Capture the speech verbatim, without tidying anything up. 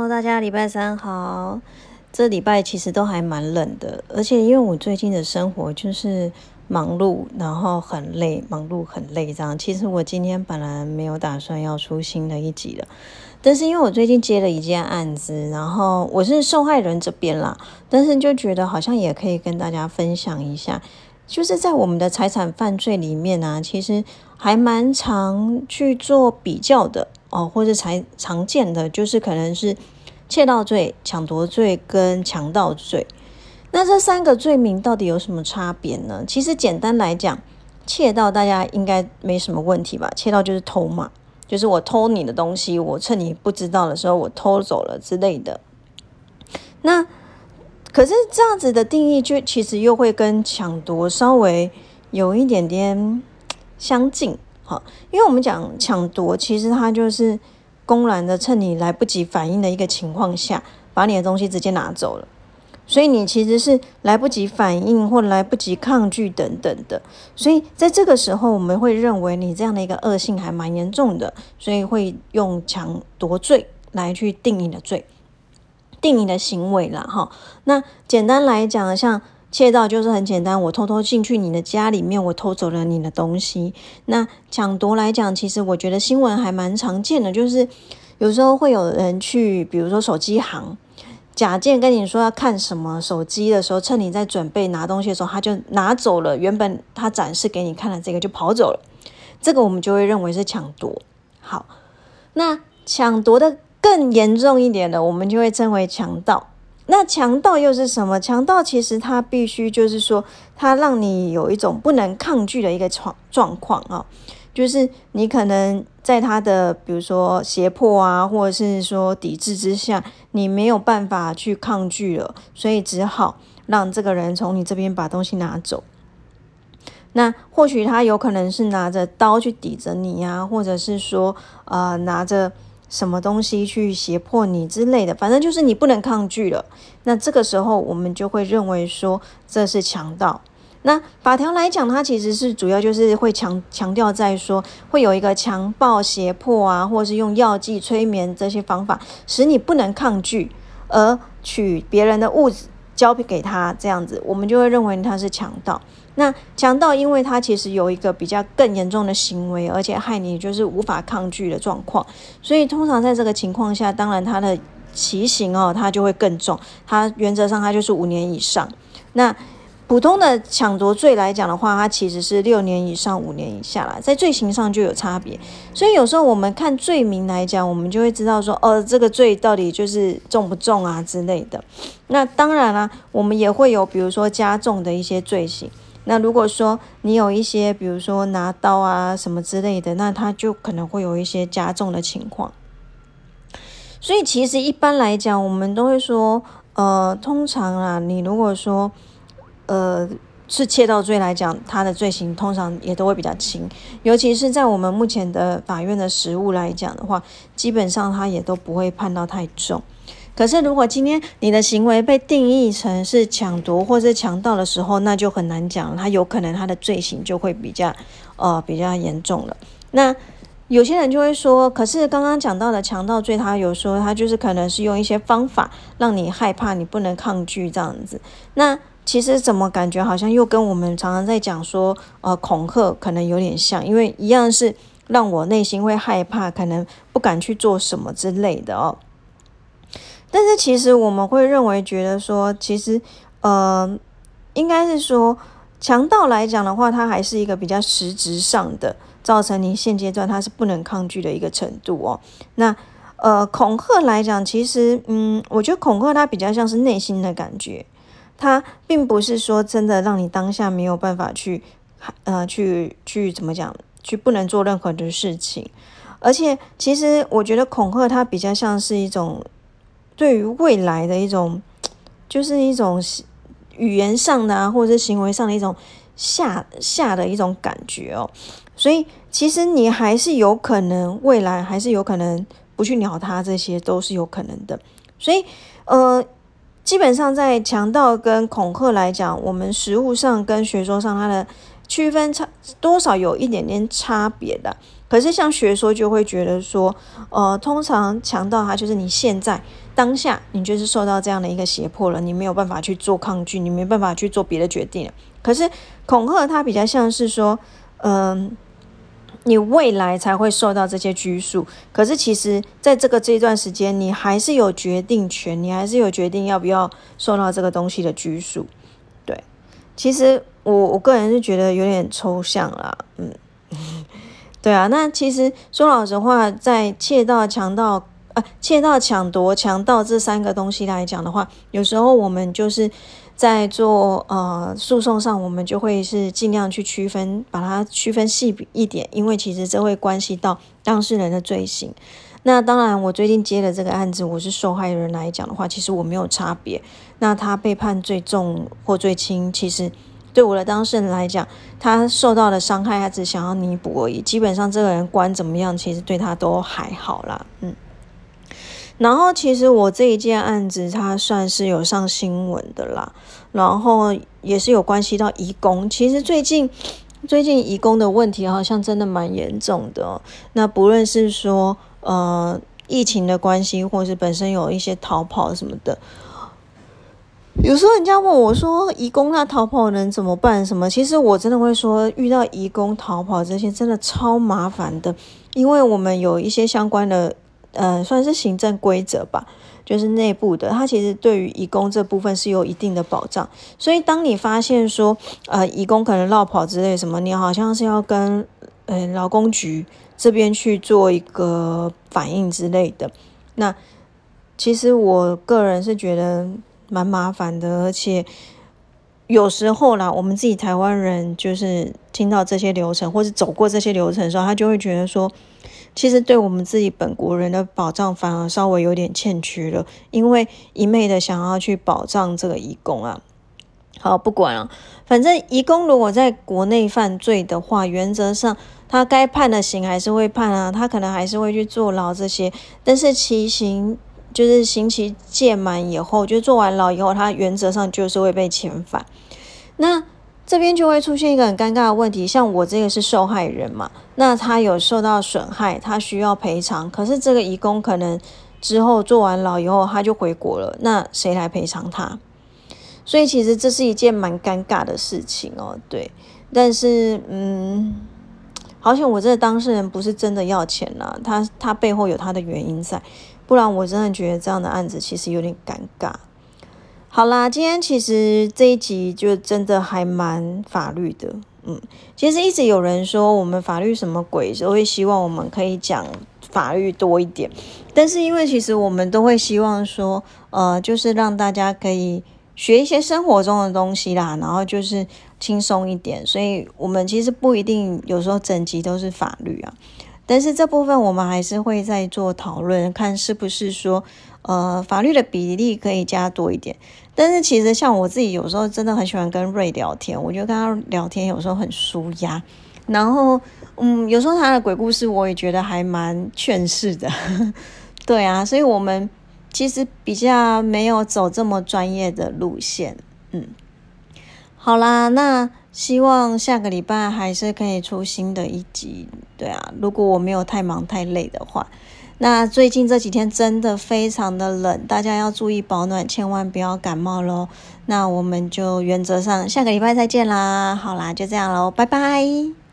Hello， 大家礼拜三好。这礼拜其实都还蛮冷的，而且因为我最近的生活就是忙碌，然后很累，忙碌很累这样。其实我今天本来没有打算要出新的一集的，但是因为我最近接了一件案子，然后我是受害人这边啦，但是就觉得好像也可以跟大家分享一下，就是在我们的财产犯罪里面啊，其实还蛮常去做比较的哦，或者才常见的就是可能是窃盗罪、抢夺罪跟强盗罪。那这三个罪名到底有什么差别呢？其实简单来讲，窃盗大家应该没什么问题吧？窃盗就是偷嘛，就是我偷你的东西，我趁你不知道的时候我偷走了之类的。那可是这样子的定义就其实又会跟抢夺稍微有一点点相近，因为我们讲抢夺其实它就是公然的趁你来不及反应的一个情况下把你的东西直接拿走了，所以你其实是来不及反应或来不及抗拒等等的，所以在这个时候我们会认为你这样的一个恶性还蛮严重的，所以会用抢夺罪来去定你的罪，定你的行为啦齁。那简单来讲，像窃盗就是很简单，我偷偷进去你的家里面，我偷走了你的东西。那抢夺来讲，其实我觉得新闻还蛮常见的，就是有时候会有人去比如说手机行，假借跟你说要看什么手机的时候，趁你在准备拿东西的时候，他就拿走了原本他展示给你看的这个就跑走了，这个我们就会认为是抢夺。好，那抢夺的更严重一点的，我们就会称为强盗。那强盗又是什么？强盗其实它必须就是说，它让你有一种不能抗拒的一个状况啊，就是你可能在他的比如说胁迫啊，或者是说抵制之下，你没有办法去抗拒了，所以只好让这个人从你这边把东西拿走。那或许他有可能是拿着刀去抵着你啊，或者是说呃拿着什么东西去胁迫你之类的，反正就是你不能抗拒了，那这个时候我们就会认为说这是强盗。那法条来讲，它其实是主要就是会强强调在说会有一个强暴胁迫啊，或是用药剂催眠这些方法使你不能抗拒，而取别人的物质交给他，这样子我们就会认为他是强盗。那强盗因为他其实有一个比较更严重的行为，而且害你就是无法抗拒的状况，所以通常在这个情况下，当然他的期刑哦，它就会更重，它原则上它就是五年以上。那普通的抢夺罪来讲的话，它其实是六年以上五年以下啦，在罪行上就有差别。所以有时候我们看罪名来讲，我们就会知道说，哦，这个罪到底就是重不重啊之类的。那当然啦，我们也会有比如说加重的一些罪行。那如果说你有一些比如说拿刀啊什么之类的，那它就可能会有一些加重的情况。所以其实一般来讲，我们都会说呃，通常啊，你如果说呃是窃盗罪来讲，它的罪行通常也都会比较轻，尤其是在我们目前的法院的实务来讲的话，基本上它也都不会判到太重。可是如果今天你的行为被定义成是抢夺或是强盗的时候，那就很难讲，它有可能它的罪行就会比较呃比较严重了。那有些人就会说，可是刚刚讲到的强盗罪，他有说他就是可能是用一些方法让你害怕，你不能抗拒这样子。那其实怎么感觉好像又跟我们常常在讲说呃恐吓可能有点像，因为一样是让我内心会害怕，可能不敢去做什么之类的哦。但是其实我们会认为觉得说，其实呃应该是说强盗来讲的话，它还是一个比较实质上的造成你现阶段它是不能抗拒的一个程度哦。那呃恐吓来讲，其实嗯我觉得恐吓它比较像是内心的感觉，它并不是说真的让你当下没有办法去呃去去怎么讲，去不能做任何的事情。而且其实我觉得恐吓它比较像是一种对于未来的一种，就是一种语言上的啊，或者是行为上的一种吓吓的一种感觉哦。所以其实你还是有可能未来还是有可能不去鸟他，这些都是有可能的。所以呃基本上在强盗跟恐吓来讲，我们实务上跟学说上它的区分差多少有一点点差别的。 可是像学说就会觉得说，呃，通常强盗他就是你现在当下你就是受到这样的一个胁迫了，你没有办法去做抗拒，你没办法去做别的决定了。可是恐吓它比较像是说，嗯、呃，你未来才会受到这些拘束，可是其实在这个这一段时间，你还是有决定权，你还是有决定要不要受到这个东西的拘束。对，其实我我个人是觉得有点抽象啦，嗯。对啊，那其实说老实话，在窃盗、强盗、呃，窃盗、抢夺、强盗这三个东西来讲的话，有时候我们就是在做呃诉讼上，我们就会是尽量去区分，把它区分细一点，因为其实这会关系到当事人的罪行。那当然，我最近接的这个案子，我是受害人来讲的话，其实我没有差别。那他被判最重或最轻，其实对我的当事人来讲，他受到的伤害，他只想要弥补而已。基本上这个人关怎么样，其实对他都还好啦。嗯，然后其实我这一件案子，它算是有上新闻的啦，然后也是有关系到移工。其实最近最近移工的问题好像真的蛮严重的哦。那不论是说呃疫情的关系，或是本身有一些逃跑什么的。有时候人家问我说移工那逃跑能怎么办什么，其实我真的会说遇到移工逃跑这些真的超麻烦的，因为我们有一些相关的呃算是行政规则吧，就是内部的，它其实对于移工这部分是有一定的保障。所以当你发现说呃移工可能落跑之类什么，你好像是要跟呃劳工局这边去做一个反应之类的，那其实我个人是觉得蛮麻烦的，而且有时候啦，我们自己台湾人就是听到这些流程，或是走过这些流程的时候，他就会觉得说，其实对我们自己本国人的保障反而稍微有点欠缺了，因为一昧的想要去保障这个移工啊。好，不管了，反正移工如果在国内犯罪的话，原则上他该判的刑还是会判啊，他可能还是会去坐牢这些，但是其刑。就是刑期届满以后，就坐完牢以后，他原则上就是会被遣返。那这边就会出现一个很尴尬的问题，像我这个是受害人嘛，那他有受到损害，他需要赔偿，可是这个移工可能之后坐完牢以后他就回国了，那谁来赔偿他？所以其实这是一件蛮尴尬的事情哦，对。但是嗯，好险我这个当事人不是真的要钱啦，他他背后有他的原因在。不然我真的觉得这样的案子其实有点尴尬。好啦，今天其实这一集就真的还蛮法律的，嗯，其实一直有人说我们法律什么鬼，都会希望我们可以讲法律多一点，但是因为其实我们都会希望说，呃，就是让大家可以学一些生活中的东西啦，然后就是轻松一点，所以我们其实不一定有时候整集都是法律啊。但是这部分我们还是会再做讨论，看是不是说呃法律的比例可以加多一点。但是其实像我自己有时候真的很喜欢跟瑞聊天，我觉得跟他聊天有时候很舒压，然后嗯有时候他的鬼故事我也觉得还蛮劝世的对啊，所以我们其实比较没有走这么专业的路线。嗯，好啦，那希望下个礼拜还是可以出新的一集。对啊，如果我没有太忙太累的话。那最近这几天真的非常的冷，大家要注意保暖，千万不要感冒咯。那我们就原则上下个礼拜再见啦。好啦，就这样咯，拜拜。